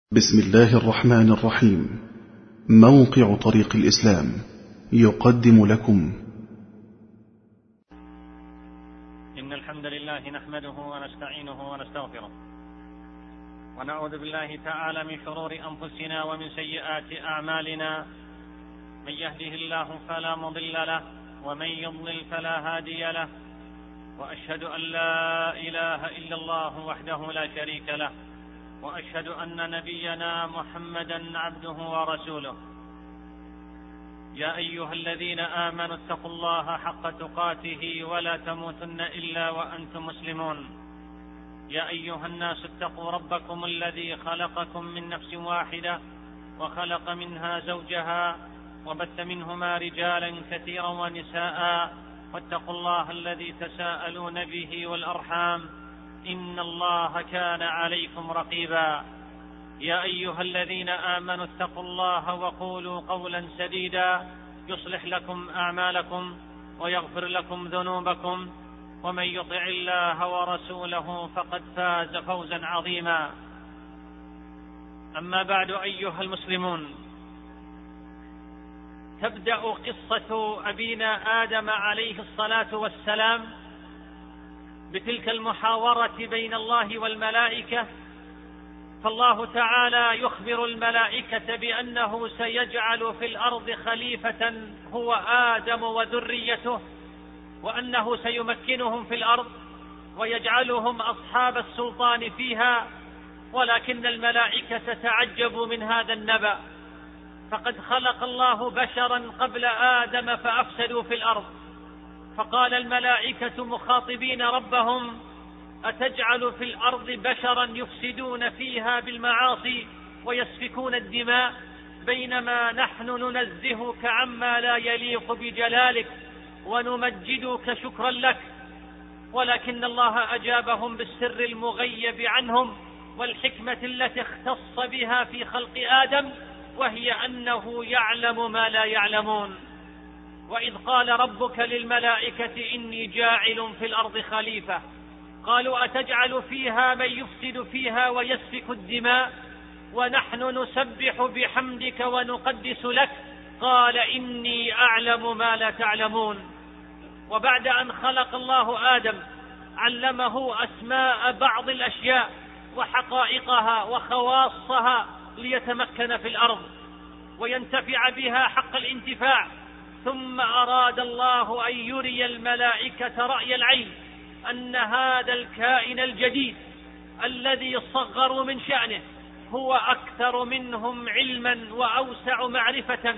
بسم الله الرحمن الرحيم. موقع طريق الإسلام يقدم لكم إن الحمد لله نحمده ونستعينه ونستغفره ونعوذ بالله تعالى من شرور أنفسنا ومن سيئات أعمالنا. من يهده الله فلا مضل له ومن يضلل فلا هادي له، وأشهد أن لا إله إلا الله وحده لا شريك له، وأشهد أن نبينا محمدا عبده ورسوله. يا أيها الذين آمنوا اتقوا الله حق تقاته ولا تموتن إلا وأنتم مسلمون. يا أيها الناس اتقوا ربكم الذي خلقكم من نفس واحدة وخلق منها زوجها وبث منهما رجالا كثيرا ونساء، واتقوا الله الذي تساءلون به والأرحام إن الله كان عليكم رقيبا. يا أيها الذين آمنوا اتقوا الله وقولوا قولا سديدا يصلح لكم أعمالكم ويغفر لكم ذنوبكم، ومن يطع الله ورسوله فقد فاز فوزا عظيما. أما بعد أيها المسلمون، تبدأ قصة أبينا آدم عليه الصلاة والسلام بتلك المحاورة بين الله والملائكة، فالله تعالى يخبر الملائكة بأنه سيجعل في الأرض خليفة هو آدم وذريته، وأنه سيمكنهم في الأرض ويجعلهم أصحاب السلطان فيها. ولكن الملائكة تعجبوا من هذا النبأ، فقد خلق الله بشرا قبل آدم فأفسدوا في الأرض. فقال الملائكة مخاطبين ربهم: أتجعل في الأرض بشرا يفسدون فيها بالمعاصي ويسفكون الدماء، بينما نحن ننزهك عما لا يليق بجلالك ونمجدك شكرا لك. ولكن الله أجابهم بالسر المغيب عنهم والحكمة التي اختص بها في خلق آدم، وهي أنه يعلم ما لا يعلمون. وإذ قال ربك للملائكة إني جاعل في الأرض خليفة، قالوا أتجعل فيها من يفسد فيها ويسفك الدماء ونحن نسبح بحمدك ونقدس لك، قال إني أعلم ما لا تعلمون. وبعد أن خلق الله آدم علمه أسماء بعض الأشياء وحقائقها وخواصها ليتمكن في الأرض وينتفع بها حق الانتفاع. ثم أراد الله أن يري الملائكة رأي العين أن هذا الكائن الجديد الذي صغروا من شأنه هو أكثر منهم علما وأوسع معرفة،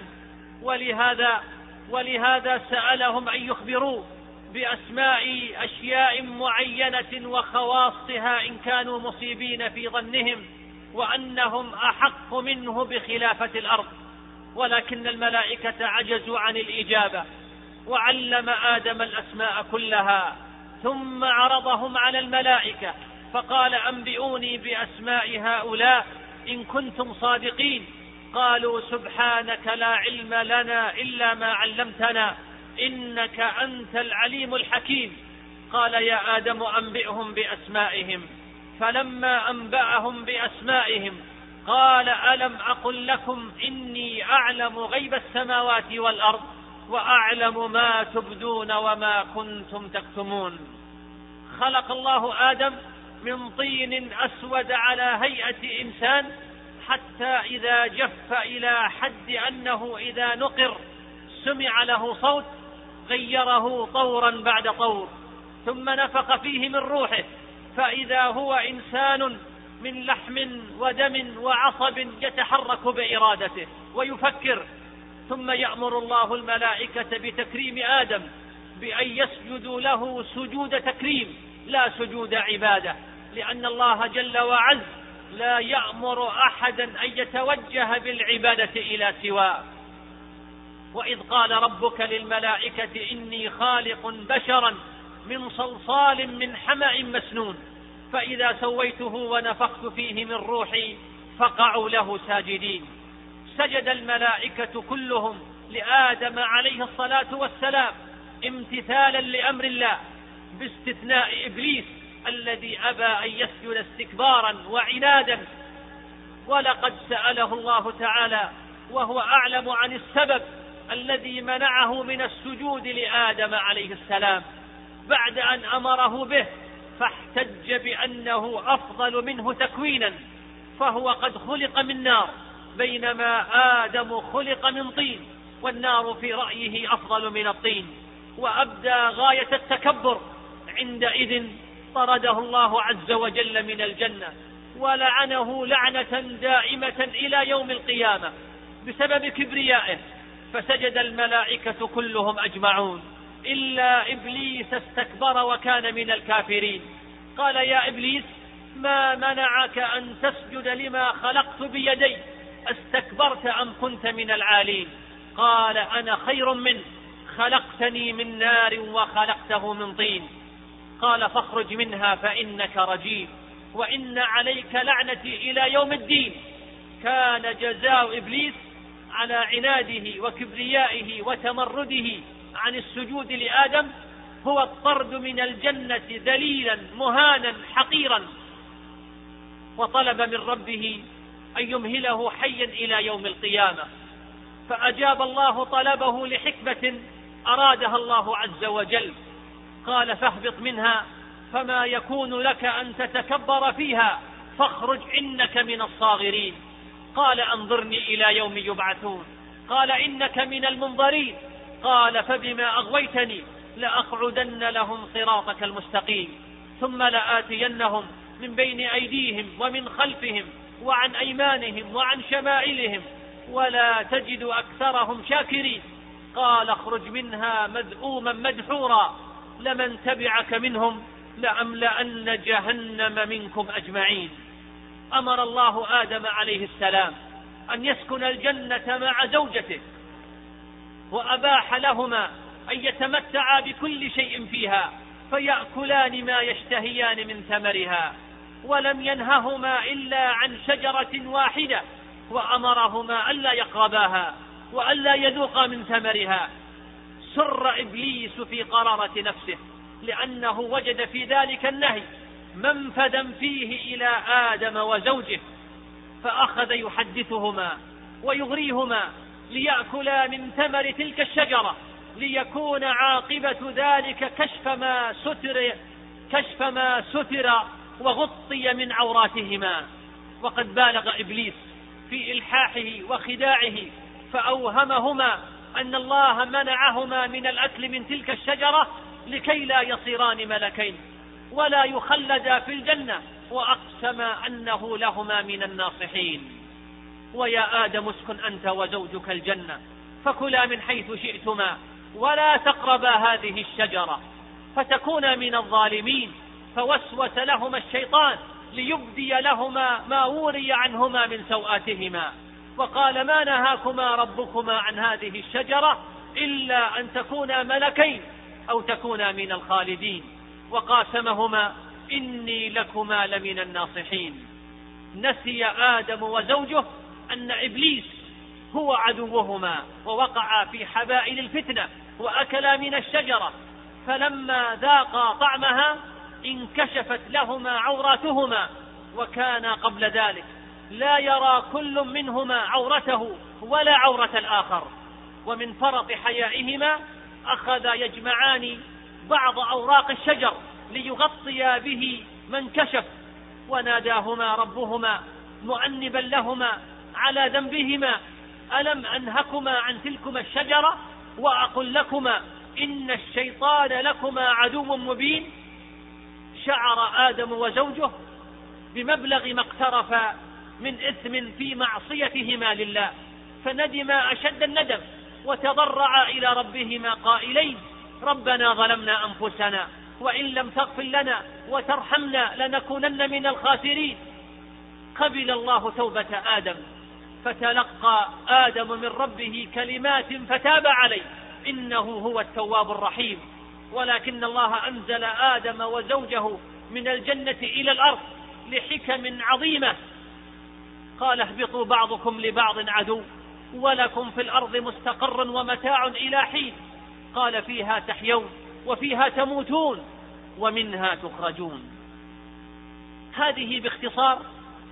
ولهذا سألهم أن يخبروا بأسماء أشياء معينة وخواصها إن كانوا مصيبين في ظنهم، وأنهم أحق منه بخلافة الأرض. ولكن الملائكة عجزوا عن الإجابة، وعلم آدم الأسماء كلها، ثم عرضهم على الملائكة فقال: أنبئوني بأسماء هؤلاء إن كنتم صادقين. قالوا: سبحانك لا علم لنا إلا ما علمتنا إنك أنت العليم الحكيم. قال: يا آدم أنبئهم بأسمائهم. فلما أنبأهم بأسمائهم قال: ألم أقل لكم إني أعلم غيب السماوات والأرض وأعلم ما تبدون وما كنتم تكتمون. خلق الله آدم من طين أسود على هيئة إنسان، حتى إذا جف إلى حد أنه إذا نقر سمع له صوت غيره طورا بعد طور، ثم نفخ فيه من روحه فإذا هو إنسان من لحم ودم وعصب يتحرك بإرادته ويفكر. ثم يأمر الله الملائكة بتكريم آدم بأن يسجدوا له سجود تكريم لا سجود عبادة، لأن الله جل وعز لا يأمر أحدا أن يتوجه بالعبادة إلى سواه. وإذ قال ربك للملائكة إني خالق بشرا من صلصال من حمأ مسنون، فإذا سويته ونفخت فيه من روحي فقعوا له ساجدين. سجد الملائكة كلهم لآدم عليه الصلاة والسلام امتثالا لأمر الله، باستثناء إبليس الذي أبى أن يسجد استكبارا وعنادا. ولقد سأله الله تعالى وهو أعلم عن السبب الذي منعه من السجود لآدم عليه السلام بعد أن أمره به، فاحتج بأنه أفضل منه تكوينا، فهو قد خلق من نار بينما آدم خلق من طين، والنار في رأيه أفضل من الطين، وأبدى غاية التكبر. عندئذ طرده الله عز وجل من الجنة ولعنه لعنة دائمة إلى يوم القيامة بسبب كبريائه، فسجد الملائكة كلهم أجمعون إلا إبليس استكبر وكان من الكافرين. قال: يا إبليس، ما منعك أن تسجد لما خلقت بيدي؟ استكبرت أم كنت من العالين؟ قال: أنا خير منه، خلقتني من نار وخلقته من طين. قال: فاخرج منها فإنك رجيم وإن عليك لعنتي إلى يوم الدين. كان جزاء إبليس على عناده وكبريائه وتمرده عن السجود لآدم هو الطرد من الجنة ذليلا مهانا حقيرا، وطلب من ربه أن يمهله حيا إلى يوم القيامة، فأجاب الله طلبه لحكمة أرادها الله عز وجل. قال: فاهبط منها فما يكون لك أن تتكبر فيها فاخرج إنك من الصاغرين. قال: أنظرني إلى يوم يبعثون. قال: إنك من المنظرين. قال: فبما أغويتني لأقعدن لهم صراطك المستقيم ثم لآتينهم من بين أيديهم ومن خلفهم وعن أيمانهم وعن شمائلهم ولا تجد أكثرهم شاكرين. قال: اخرج منها مذءوما مدحورا لمن تبعك منهم لأملأن جهنم منكم أجمعين. أمر الله آدم عليه السلام أن يسكن الجنة مع زوجته، وأباح لهما أن يتمتعا بكل شيء فيها فيأكلان ما يشتهيان من ثمرها، ولم ينههما إلا عن شجرة واحدة، وأمرهما ألا يقرباها وألا يذوقا من ثمرها. سر إبليس في قرارة نفسه لأنه وجد في ذلك النهي منفذا فيه إلى آدم وزوجه، فأخذ يحدثهما ويغريهما ليأكلا من ثمر تلك الشجرة ليكون عاقبة ذلك كشف ما ستر وغطي من عوراتهما. وقد بالغ إبليس في إلحاحه وخداعه فأوهمهما أن الله منعهما من الأكل من تلك الشجرة لكي لا يصيران ملكين ولا يخلدا في الجنة، وأقسم أنه لهما من الناصحين. ويا آدم اسكن أنت وزوجك الجنة فكلا من حيث شئتما ولا تقربا هذه الشجرة فتكونا من الظالمين. فوسوس لهما الشيطان ليبدي لهما ما وري عنهما من سوآتهما، وقال: ما نهاكما ربكما عن هذه الشجرة إلا أن تكونا ملكين أو تكونا من الخالدين. وقاسمهما: إني لكما لمن الناصحين. نسي آدم وزوجه أن إبليس هو عدوهما ووقعا في حبائل الفتنة وأكلا من الشجرة، فلما ذاقا طعمها انكشفت لهما عوراتهما، وكان قبل ذلك لا يرى كل منهما عورته ولا عورة الآخر. ومن فرط حيائهما أخذا يجمعان بعض أوراق الشجر ليغطيا به من كشف، وناداهما ربهما مؤنبا لهما على ذنبهما: ألم أنهكما عن تلكما الشجرة وأقل لكما إن الشيطان لكما عدو مبين. شعر آدم وزوجه بمبلغ ما اقترف من إثم في معصيتهما لله، فندما أشد الندم وتضرعا إلى ربهما قائلين: ربنا ظلمنا أنفسنا وإن لم تغفر لنا وترحمنا لنكونن من الخاسرين. قبل الله توبة آدم فتلقى آدم من ربه كلمات فتاب عليه إنه هو التواب الرحيم. ولكن الله أنزل آدم وزوجه من الجنة إلى الأرض لحكم عظيمة. قال: اهبطوا بعضكم لبعض عدو ولكم في الأرض مستقر ومتاع إلى حين. قال: فيها تحيون وفيها تموتون ومنها تخرجون. هذه باختصار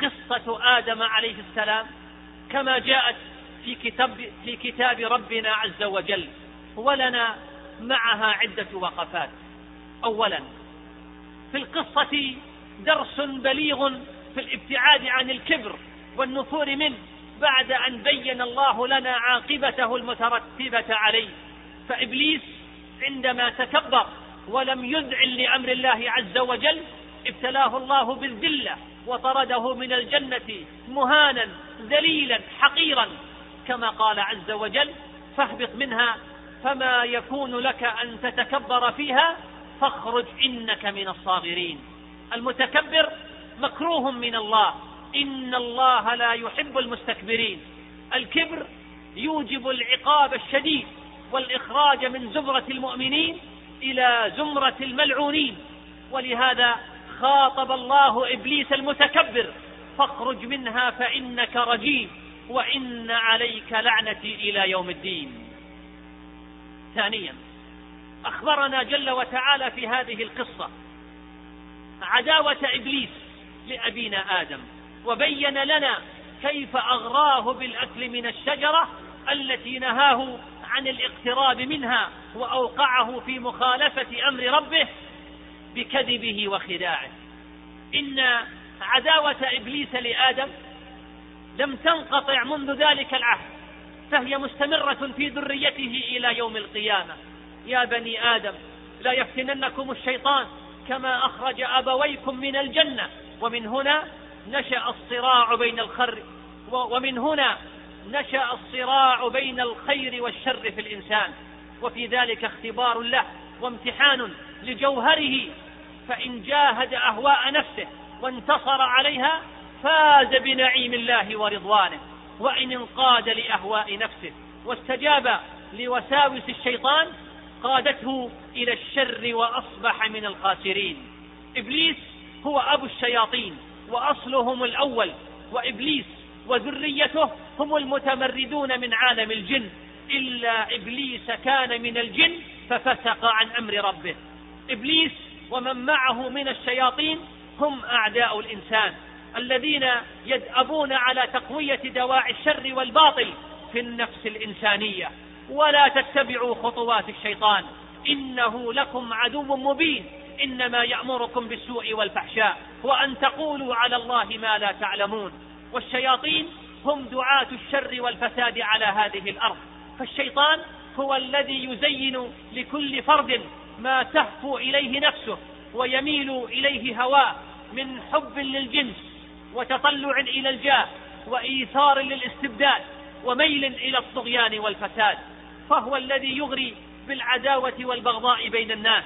قصة آدم عليه السلام كما جاءت في كتاب ربنا عز وجل، ولنا معها عدة وقفات. أولا، في القصة درس بليغ في الابتعاد عن الكبر والنفور منه بعد أن بين الله لنا عاقبته المترتبة عليه. فإبليس عندما تكبر ولم يذعن لأمر الله عز وجل ابتلاه الله بالذلة وطرده من الجنة مهانا ذليلا حقيرا، كما قال عز وجل: فاهبط منها فما يكون لك أن تتكبر فيها فاخرج إنك من الصاغرين. المتكبر مكروه من الله، إن الله لا يحب المستكبرين. الكبر يوجب العقاب الشديد والإخراج من زمرة المؤمنين إلى زمرة الملعونين، ولهذا خاطب الله إبليس المتكبر: فاخرج منها فإنك رجيم وإن عليك لعنتي إلى يوم الدين. ثانيا، أخبرنا جل وتعالى في هذه القصة عداوة إبليس لأبينا آدم، وبين لنا كيف أغراه بالأكل من الشجرة التي نهاه عن الاقتراب منها وأوقعه في مخالفة أمر ربه بكذبه وخداعه. إن عداوة إبليس لآدم لم تنقطع منذ ذلك العهد، فهي مستمرة في ذريته إلى يوم القيامة. يا بني آدم لا يفتننكم الشيطان كما أخرج أبويكم من الجنة، ومن هنا نشأ الصراع بين الخير والشر في الإنسان، وفي ذلك اختبار له وامتحان لجوهره، فإن جاهد أهواء نفسه وانتصر عليها فاز بنعيم الله ورضوانه، وإن انقاد لأهواء نفسه واستجاب لوساوس الشيطان قادته إلى الشر وأصبح من الخاسرين. إبليس هو أبو الشياطين وأصلهم الأول، وإبليس وذريته هم المتمردون من عالم الجن، إلا إبليس كان من الجن ففسق عن أمر ربه. إبليس ومن معه من الشياطين هم أعداء الإنسان الذين يدأبون على تقوية دواعي الشر والباطل في النفس الإنسانية. ولا تتبعوا خطوات الشيطان إنه لكم عدو مبين، إنما يأمركم بالسوء والفحشاء وأن تقولوا على الله ما لا تعلمون. والشياطين هم دعاة الشر والفساد على هذه الأرض، فالشيطان هو الذي يزين لكل فرد ما تهفو إليه نفسه ويميل إليه هواه من حب للجنس وتطلع إلى الجاه وإيثار للاستبداد وميل إلى الطغيان والفساد، فهو الذي يغري بالعداوة والبغضاء بين الناس،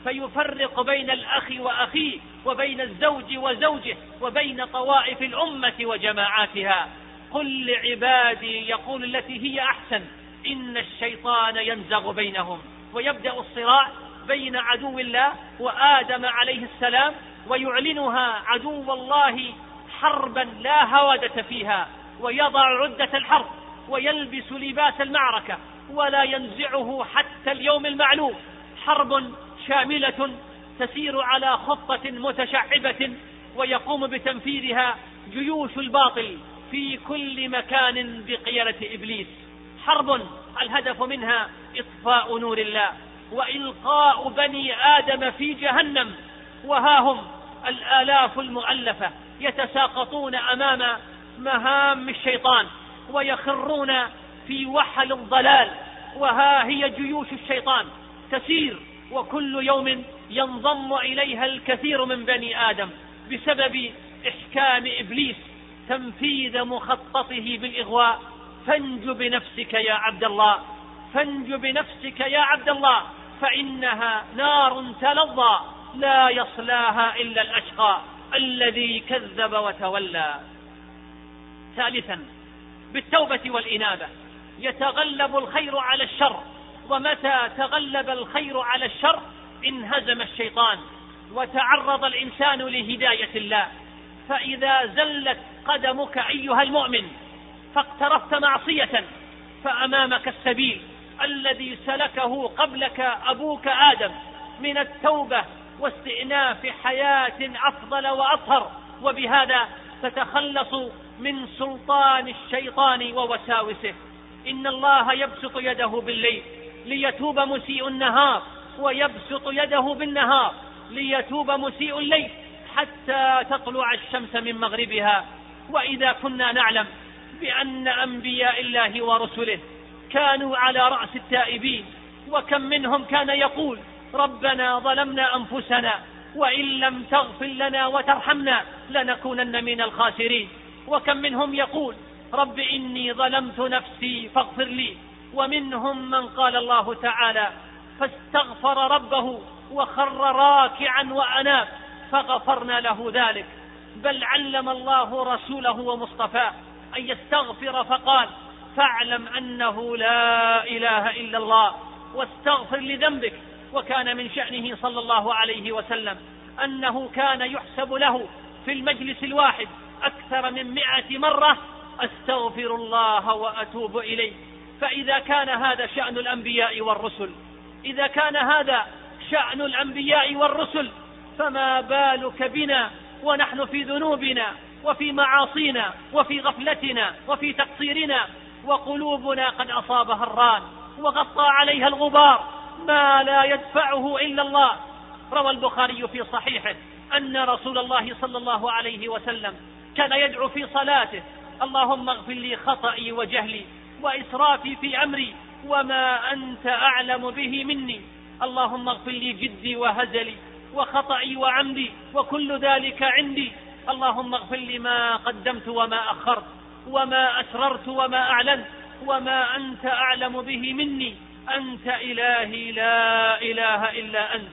فيفرق بين الأخ وأخيه وبين الزوج وزوجه وبين طوائف الأمة وجماعاتها. قل لعبادي يقول التي هي أحسن إن الشيطان ينزغ بينهم. ويبدأ الصراع بين عدو الله وآدم عليه السلام، ويعلنها عدو الله حربا لا هوادة فيها، ويضع عدة الحرب ويلبس لباس المعركة ولا ينزعه حتى اليوم المعلوم. حرب شاملة تسير على خطة متشعبة ويقوم بتنفيذها جيوش الباطل في كل مكان بقيادة إبليس. حرب الهدف منها إطفاء نور الله وإلقاء بني آدم في جهنم، وها هم الآلاف المؤلفة يتساقطون أمام مهام الشيطان ويخرون في وحل الضلال. وها هي جيوش الشيطان تسير، وكل يوم ينضم إليها الكثير من بني آدم بسبب إحكام إبليس تنفيذ مخططه بالإغواء. فانج بنفسك يا عبد الله، فانج بنفسك يا عبد الله، فإنها نار تلظى لا يصلاها إلا الأشقى الذي كذب وتولى. ثالثا، بالتوبة والإنابة يتغلب الخير على الشر، ومتى تغلب الخير على الشر انهزم الشيطان وتعرض الإنسان لهداية الله. فإذا زلت قدمك أيها المؤمن فاقترفت معصية فأمامك السبيل الذي سلكه قبلك أبوك آدم من التوبة واستئناف حياة أفضل وأطهر، وبهذا تتخلصوا من سلطان الشيطان ووساوسه. إن الله يبسط يده بالليل ليتوب مسيء النهار، ويبسط يده بالنهار ليتوب مسيء الليل، حتى تطلع الشمس من مغربها. وإذا كنا نعلم بأن أنبياء الله ورسله كانوا على رأس التائبين، وكم منهم كان يقول: ربنا ظلمنا أنفسنا وإن لم تغفر لنا وترحمنا لنكونن من الخاسرين، وكم منهم يقول: رب إني ظلمت نفسي فاغفر لي. ومنهم من قال الله تعالى: فاستغفر ربه وخر راكعا وأناب فغفرنا له ذلك. بل علم الله رسوله ومصطفاه أن يستغفر فقال: فاعلم أنه لا إله إلا الله واستغفر لذنبك. وكان من شأنه صلى الله عليه وسلم أنه كان يحسب له في المجلس الواحد أكثر من 100 مرة: أستغفر الله وأتوب إليه. فإذا كان هذا شأن الأنبياء والرسل، إذا كان هذا شأن الأنبياء والرسل، فما بالك بنا ونحن في ذنوبنا وفي معاصينا وفي غفلتنا وفي تقصيرنا، وقلوبنا قد أصابها الران وغطى عليها الغبار ما لا يدفعه إلا الله. روى البخاري في صحيحه أن رسول الله صلى الله عليه وسلم كان يدعو في صلاته: اللهم اغفر لي خطئي وجهلي وإسرافي في أمري وما أنت أعلم به مني، اللهم اغفر لي جدي وهزلي وخطئي وعمدي وكل ذلك عندي، اللهم اغفر لي ما قدمت وما أخرت وما أسررت وما أعلنت وما أنت أعلم به مني، أنت إلهي لا إله إلا أنت.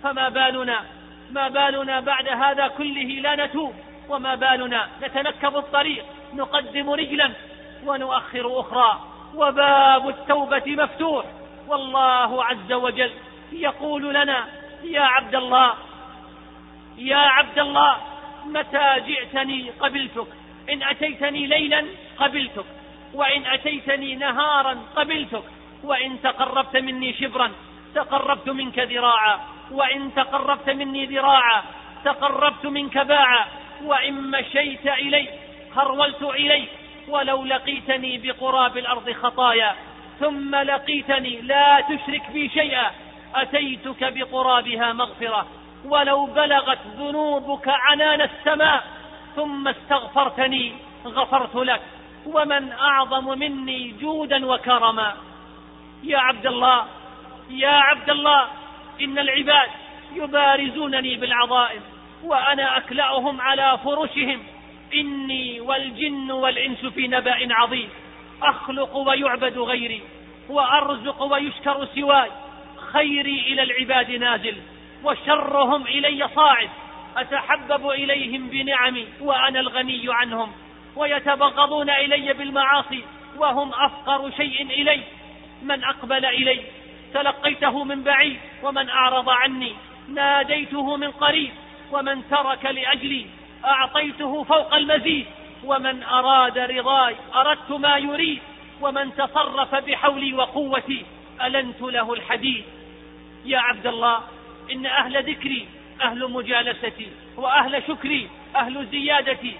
ما بالنا بعد هذا كله لا نتوب؟ وما بالنا نتنكب الطريق، نقدم رجلا ونؤخر أخرى، وباب التوبة مفتوح، والله عز وجل يقول لنا: يا عبد الله، يا عبد الله، متى جئتني قبلتك، إن أتيتني ليلا قبلتك، وإن أتيتني نهارا قبلتك، وإن تقربت مني شبرا تقربت منك ذراعا، وإن تقربت مني ذراعا تقربت منك باعا، وإن مشيت إلي هرولت إليك، ولو لقيتني بقراب الأرض خطايا ثم لقيتني لا تشرك بي شيئا أتيتك بقرابها مغفرة، ولو بلغت ذنوبك عنان السماء ثم استغفرتني غفرت لك، ومن أعظم مني جودا وكرما. يا عبد الله، يا عبد الله، إن العباد يبارزونني بالعظائم وأنا أكلأهم على فرشهم، إني والجن والإنس في نبأ عظيم، أخلق ويعبد غيري وأرزق ويشكر سواي، خيري إلى العباد نازل وشرهم إلي صاعد، أتحبب إليهم بنعمي وأنا الغني عنهم، ويتبغضون إلي بالمعاصي وهم أفقر شيء إلي. من أقبل إلي تلقيته من بعيد، ومن أعرض عني ناديته من قريب، ومن ترك لأجلي أعطيته فوق المزيد، ومن أراد رضاي أردت ما يريد، ومن تصرف بحولي وقوتي ألنت له الحديد. يا عبد الله، إن أهل ذكري أهل مجالستي، وأهل شكري أهل زيادتي،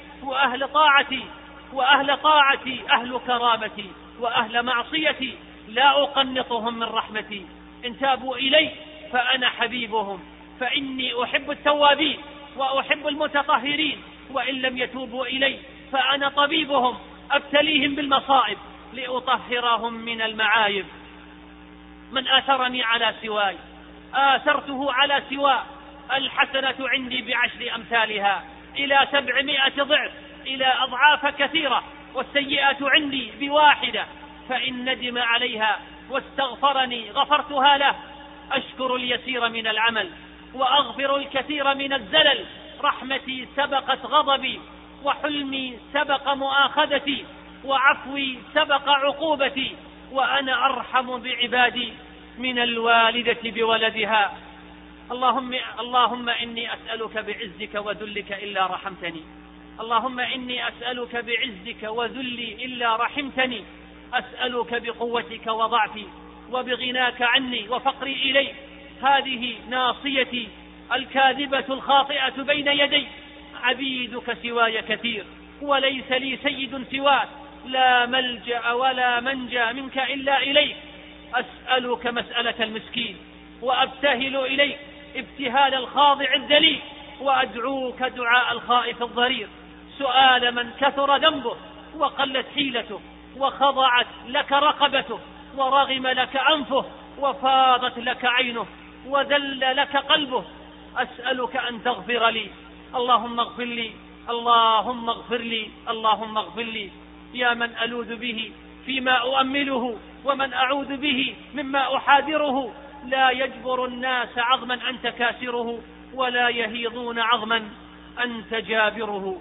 وأهل طاعتي أهل كرامتي، وأهل معصيتي لا أقنطهم من رحمتي. إن تابوا إلي فأنا حبيبهم، فإني أحب التوابين وأحب المتطهرين، وإن لم يتوبوا إلي فأنا طبيبهم، أبتليهم بالمصائب لأطهرهم من المعايب. من آثرني على سواي آثرته على سواه، الحسنة عندي ب10 أمثالها إلى 700 ضعف، إلى أضعاف كثيرة، والسيئة عندي ب1، فإن ندم عليها واستغفرني غفرتها له. أشكر اليسير من العمل وأغفر الكثير من الزلل، رحمتي سبقت غضبي، وحلمي سبق مؤاخذتي، وعفوي سبق عقوبتي، وأنا أرحم بعبادي من الوالدة بولدها. اللهم إني أسألك بعزك وذلك إلا رحمتني، اللهم إني أسألك بعزك وذلي إلا رحمتني، أسألك بقوتك وضعفي وبغناك عني وفقري إليك. هذه ناصيتي الكاذبة الخاطئة بين يدي، عبيدك سواي كثير وليس لي سيد سواك، لا ملجأ ولا منجى منك إلا إليك. أسألك مسألة المسكين وأبتهل إليك ابتهال الخاضع الذليل، وأدعوك دعاء الخائف الضرير، سؤال من كثر ذنبه وقلت حيلته وخضعت لك رقبته ورغم لك أنفه وفاضت لك عينه وذل لك قلبه. أسألك أن تغفر لي، اللهم اغفر لي، اللهم اغفر لي، اللهم اغفر لي، يا من ألوذ به فيما أؤمله ومن أعوذ به مما أحاذره. لا يجبر الناس عظما أنت كاسره، ولا يهيضون عظما أنت جابره.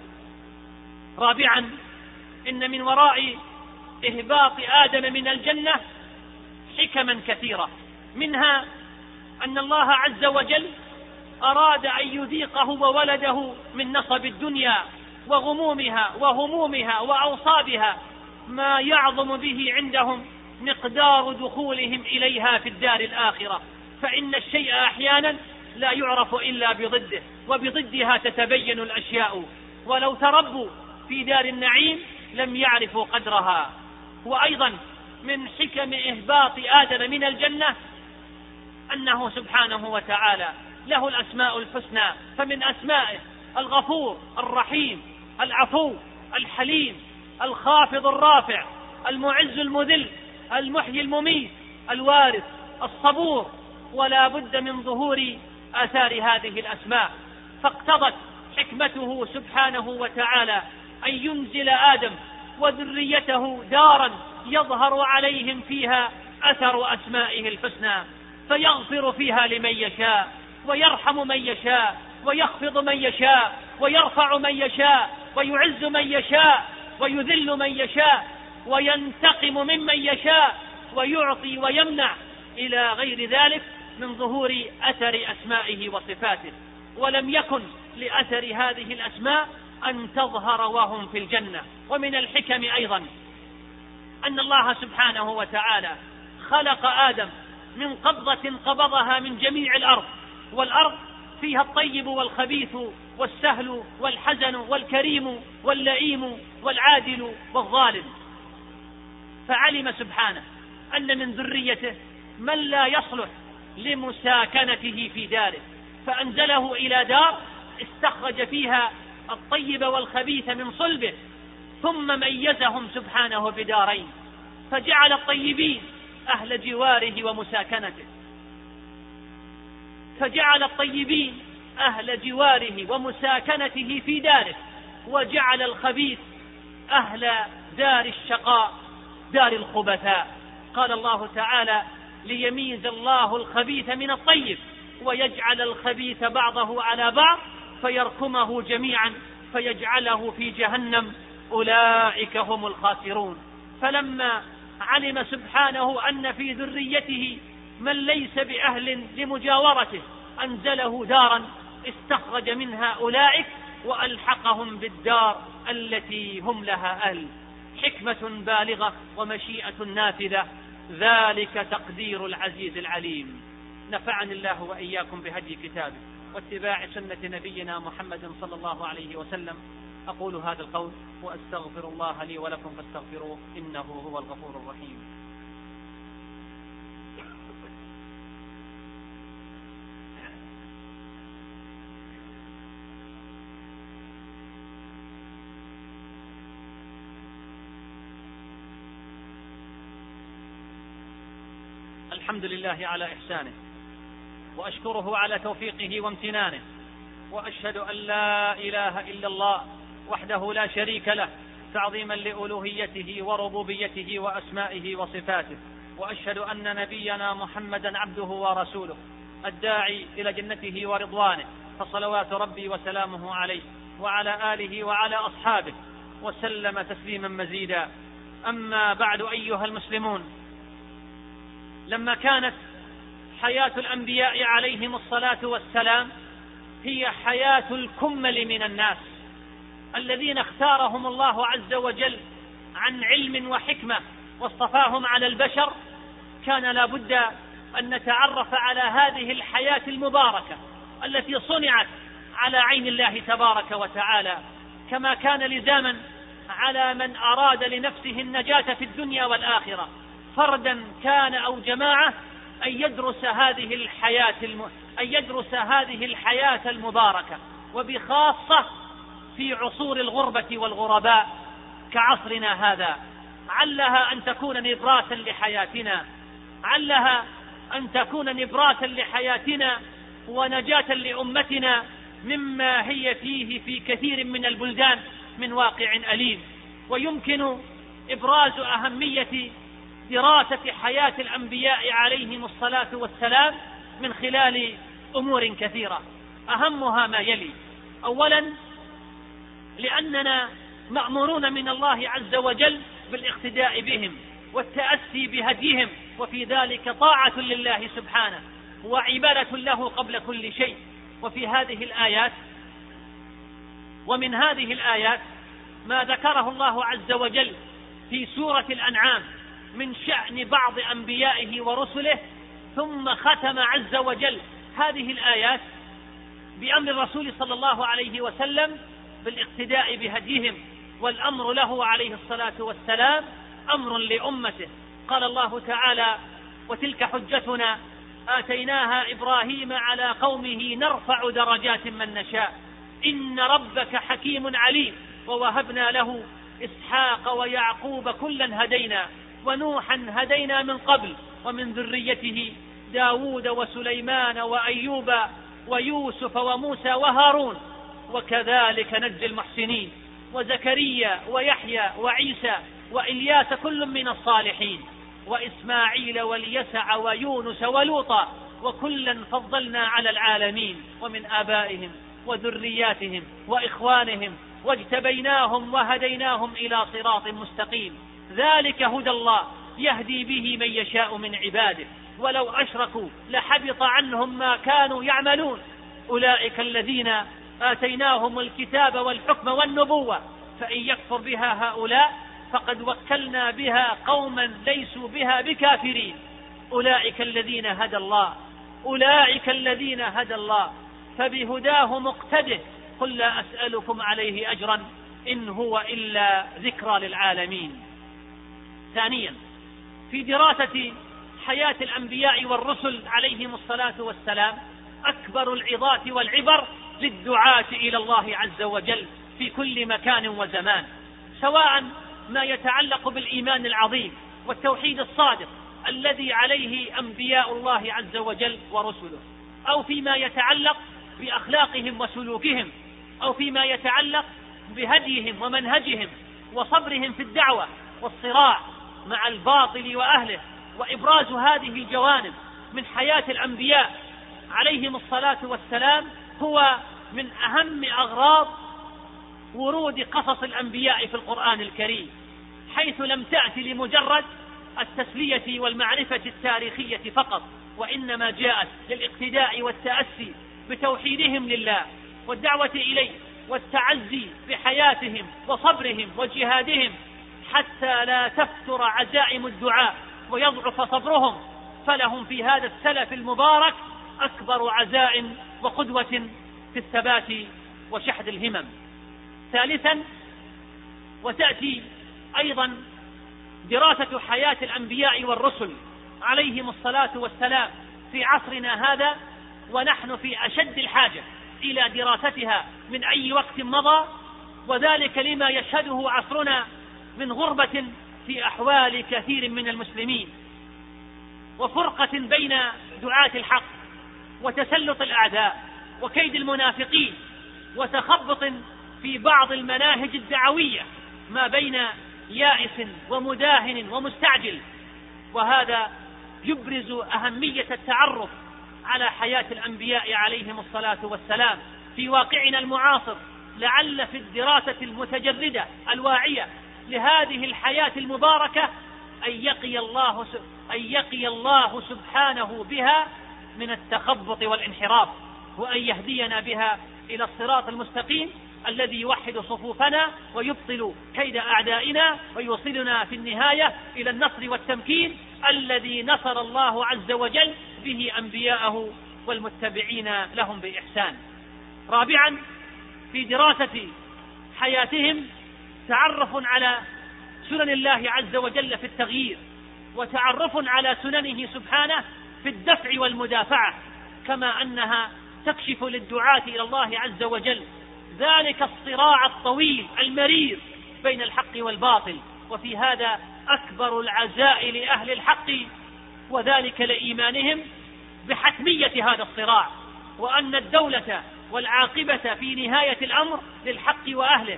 رابعا، إن من وراء إهباط آدم من الجنة حكما كثيرة، منها أن الله عز وجل أراد أن يذيقه وولده من نصب الدنيا وغمومها وهمومها وأوصابها ما يعظم به عندهم مقدار دخولهم إليها في الدار الآخرة، فإن الشيء أحيانا لا يعرف إلا بضده، وبضدها تتبين الأشياء، ولو تربوا في دار النعيم لم يعرفوا قدرها. وأيضا من حكم إهباط آدم من الجنة أنه سبحانه وتعالى له الأسماء الحسنى، فمن أسمائه الغفور الرحيم العفو الحليم الخافض الرافع المعز المذل المحيي المميت الوارث الصبور. ولا بد من ظهور آثار هذه الأسماء، فاقتضت حكمته سبحانه وتعالى أن ينزل آدم وذريته دارا يظهر عليهم فيها أثر أسمائه الحسنى، فيغفر فيها لمن يشاء ويرحم من يشاء ويخفض من يشاء ويرفع من يشاء ويعز من يشاء ويذل من يشاء وينتقم ممن يشاء ويعطي ويمنع إلى غير ذلك من ظهور أثر أسمائه وصفاته. ولم يكن لأثر هذه الأسماء أن تظهر وهم في الجنة. ومن الحكم أيضا أن الله سبحانه وتعالى خلق آدم من قبضة قبضها من جميع الأرض، والأرض فيها الطيب والخبيث والسهل والحزن والكريم واللئيم والعادل والظالم، فعلم سبحانه أن من ذريته من لا يصلح لمساكنته في داره، فأنزله إلى دار استخرج فيها الطيب والخبيث من صلبه، ثم ميزهم سبحانه بدارين، فجعل الطيبين أهل جواره ومساكنته، فجعل الطيبين أهل جواره ومساكنته في داره، وجعل الخبيث أهل دار الشقاء دار الخبثاء. قال الله تعالى: ليميز الله الخبيث من الطيب ويجعل الخبيث بعضه على بعض فيركمه جميعا فيجعله في جهنم، أولئك هم الخاسرون. فلما علم سبحانه أن في ذريته من ليس بأهل لمجاورته أنزله دارا استخرج منها أولئك وألحقهم بالدار التي هم لها أهل. حكمة بالغة ومشيئة نافذة، ذلك تقدير العزيز العليم. نفعني الله وإياكم بهدي كتابه واتباع سنة نبينا محمد صلى الله عليه وسلم. أقول هذا القول وأستغفر الله لي ولكم فاستغفروه إنه هو الغفور الرحيم. الحمد لله على إحسانه، وأشكره على توفيقه وامتنانه، وأشهد أن لا إله إلا الله وحده لا شريك له تعظيما لألوهيته وربوبيته وأسمائه وصفاته، وأشهد أن نبينا محمدا عبده ورسوله الداعي إلى جنته ورضوانه، فصلوات ربي وسلامه عليه وعلى آله وعلى أصحابه وسلم تسليما مزيدا. أما بعد أيها المسلمون، لما كانت حياة الأنبياء عليهم الصلاة والسلام هي حياة الكمل من الناس الذين اختارهم الله عز وجل عن علم وحكمة واصطفاهم على البشر، كان لا بد أن نتعرف على هذه الحياة المباركة التي صنعت على عين الله تبارك وتعالى، كما كان لزاما على من أراد لنفسه النجاة في الدنيا والآخرة، فردا كان أو جماعة، أن يدرس هذه الحياة المباركة، وبخاصة في عصور الغربة والغرباء كعصرنا هذا، علها أن تكون نبراسا لحياتنا ونجاة لأمتنا مما هي فيه في كثير من البلدان من واقع أليم. ويمكن إبراز أهمية دراسة حياة الأنبياء عليهم الصلاة والسلام من خلال أمور كثيرة، أهمها ما يلي: أولا، لأننا مأمورون من الله عز وجل بالاقتداء بهم والتأسي بهديهم، وفي ذلك طاعة لله سبحانه وعبادة له قبل كل شيء. ومن هذه الآيات ما ذكره الله عز وجل في سورة الأنعام من شأن بعض أنبيائه ورسله، ثم ختم عز وجل هذه الآيات بأمر الرسول صلى الله عليه وسلم بالاقتداء بهديهم، والأمر له عليه الصلاة والسلام أمر لأمته. قال الله تعالى: وتلك حجتنا آتيناها إبراهيم على قومه نرفع درجات من نشاء إن ربك حكيم عليم ووهبنا له إسحاق ويعقوب كلا هدينا ونوحا هدينا من قبل ومن ذريته داود وسليمان وأيوب ويوسف وموسى وهارون وكذلك نجزي المحسنين وزكريا ويحيى وعيسى وإلياس كل من الصالحين وإسماعيل واليسع ويونس ولوطا وكلا فضلنا على العالمين ومن آبائهم وذرياتهم وإخوانهم واجتبيناهم وهديناهم إلى صراط مستقيم ذلك هدى الله يهدي به من يشاء من عباده ولو أشركوا لحبط عنهم ما كانوا يعملون أولئك الذين آتيناهم الكتاب والحكم والنبوة فإن يكفر بها هؤلاء فقد وكلنا بها قوما ليسوا بها بكافرين أولئك الذين هدى الله فبهداه مقتده قل لا أسألكم عليه أجرا إن هو إلا ذكرى للعالمين. ثانيا، في دراسة حياة الأنبياء والرسل عليهم الصلاة والسلام أكبر العظات والعبر للدعاة إلى الله عز وجل في كل مكان وزمان، سواء ما يتعلق بالإيمان العظيم والتوحيد الصادق الذي عليه أنبياء الله عز وجل ورسله، أو فيما يتعلق بأخلاقهم وسلوكهم، أو فيما يتعلق بهديهم ومنهجهم وصبرهم في الدعوة والصراع مع الباطل وأهله. وإبراز هذه الجوانب من حياة الأنبياء عليهم الصلاة والسلام هو من أهم أغراض ورود قصص الأنبياء في القرآن الكريم، حيث لم تأتي لمجرد التسلية والمعرفة التاريخية فقط، وإنما جاءت للاقتداء والتأسي بتوحيدهم لله والدعوة إليه والتعزي بحياتهم وصبرهم وجهادهم حتى لا تفتر عزائم الدعاء ويضعف صبرهم، فلهم في هذا السلف المبارك أكبر عزائم وقدوة في الثبات وشحذ الهمم. ثالثا، وتأتي أيضا دراسة حياة الأنبياء والرسل عليهم الصلاة والسلام في عصرنا هذا، ونحن في أشد الحاجة إلى دراستها من أي وقت مضى، وذلك لما يشهده عصرنا من غربة في أحوال كثير من المسلمين، وفرقة بين دعاة الحق، وتسلط الأعداء، وكيد المنافقين، وتخبط في بعض المناهج الدعوية ما بين يائس ومداهن ومستعجل. وهذا يبرز أهمية التعرف على حياة الأنبياء عليهم الصلاة والسلام في واقعنا المعاصر، لعل في الدراسة المتجردة الواعية لهذه الحياة المباركة أن يقي الله سبحانه بها من التخبط والانحراف، وأن يهدينا بها إلى الصراط المستقيم الذي يوحد صفوفنا ويبطل كيد أعدائنا ويوصلنا في النهاية إلى النصر والتمكين الذي نصر الله عز وجل به أنبياءه والمتبعين لهم بإحسان. رابعا، في دراسة حياتهم تعرف على سنن الله عز وجل في التغيير، وتعرف على سننه سبحانه في الدفع والمدافعة، كما أنها تكشف للدعاة إلى الله عز وجل ذلك الصراع الطويل المرير بين الحق والباطل. وفي هذا أكبر العزاء لأهل الحق، وذلك لإيمانهم بحتمية هذا الصراع، وأن الدولة والعاقبة في نهاية الأمر للحق وأهله.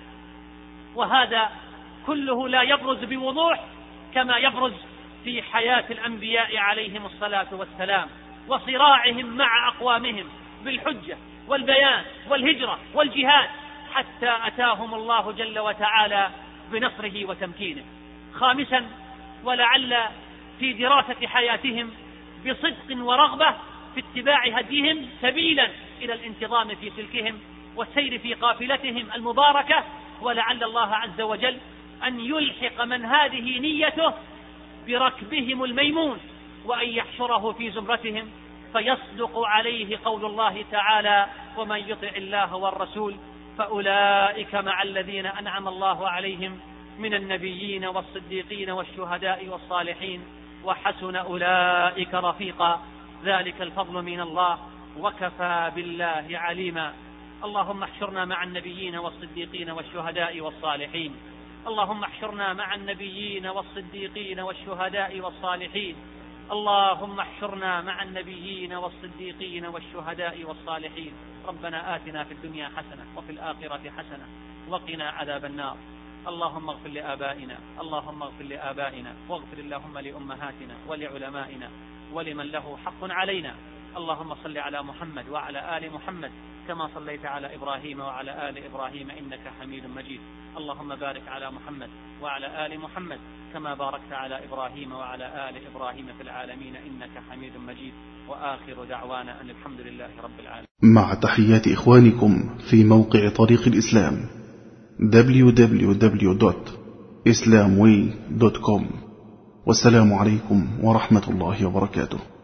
وهذا كله لا يبرز بوضوح كما يبرز في حياة الأنبياء عليهم الصلاة والسلام، وصراعهم مع أقوامهم بالحجة والبيان والهجرة والجهاد، حتى أتاهم الله جل وتعالى بنصره وتمكينه. خامسا، ولعل في دراسة حياتهم بصدق ورغبة في اتباع هديهم سبيلا إلى الانتظام في سلكهم والسير في قافلتهم المباركة، ولعل الله عز وجل أن يلحق من هذه نيته بركبهم الميمون، وأن يحشره في زمرتهم فيصدق عليه قول الله تعالى: ومن يطع الله والرسول فأولئك مع الذين أنعم الله عليهم من النبيين والصديقين والشهداء والصالحين وحسن أولئك رفيقا، ذلك الفضل من الله وكفى بالله عليما. اللهم احشرنا مع النبيين والصديقين والشهداء والصالحين، اللهم احشرنا مع النبيين والصديقين والشهداء والصالحين، اللهم احشرنا مع النبيين والصديقين والشهداء والصالحين. ربنا آتنا في الدنيا حسنة وفي الآخرة حسنة وقنا عذاب النار. اللهم اغفر لآبائنا، اللهم اغفر لآبائنا، واغفر اللهم لأمهاتنا ولعلمائنا ولمن له حق علينا. اللهم صل على محمد وعلى آل محمد كما صليت على إبراهيم وعلى آل إبراهيم إنك حميد مجيد. اللهم بارك على محمد وعلى آل محمد كما باركت على إبراهيم وعلى آل إبراهيم في العالمين إنك حميد مجيد. وآخر دعوانا أن الحمد لله رب العالمين. مع تحيات إخوانكم في موقع طريق الإسلام www.islamway.com. والسلام عليكم ورحمة الله وبركاته.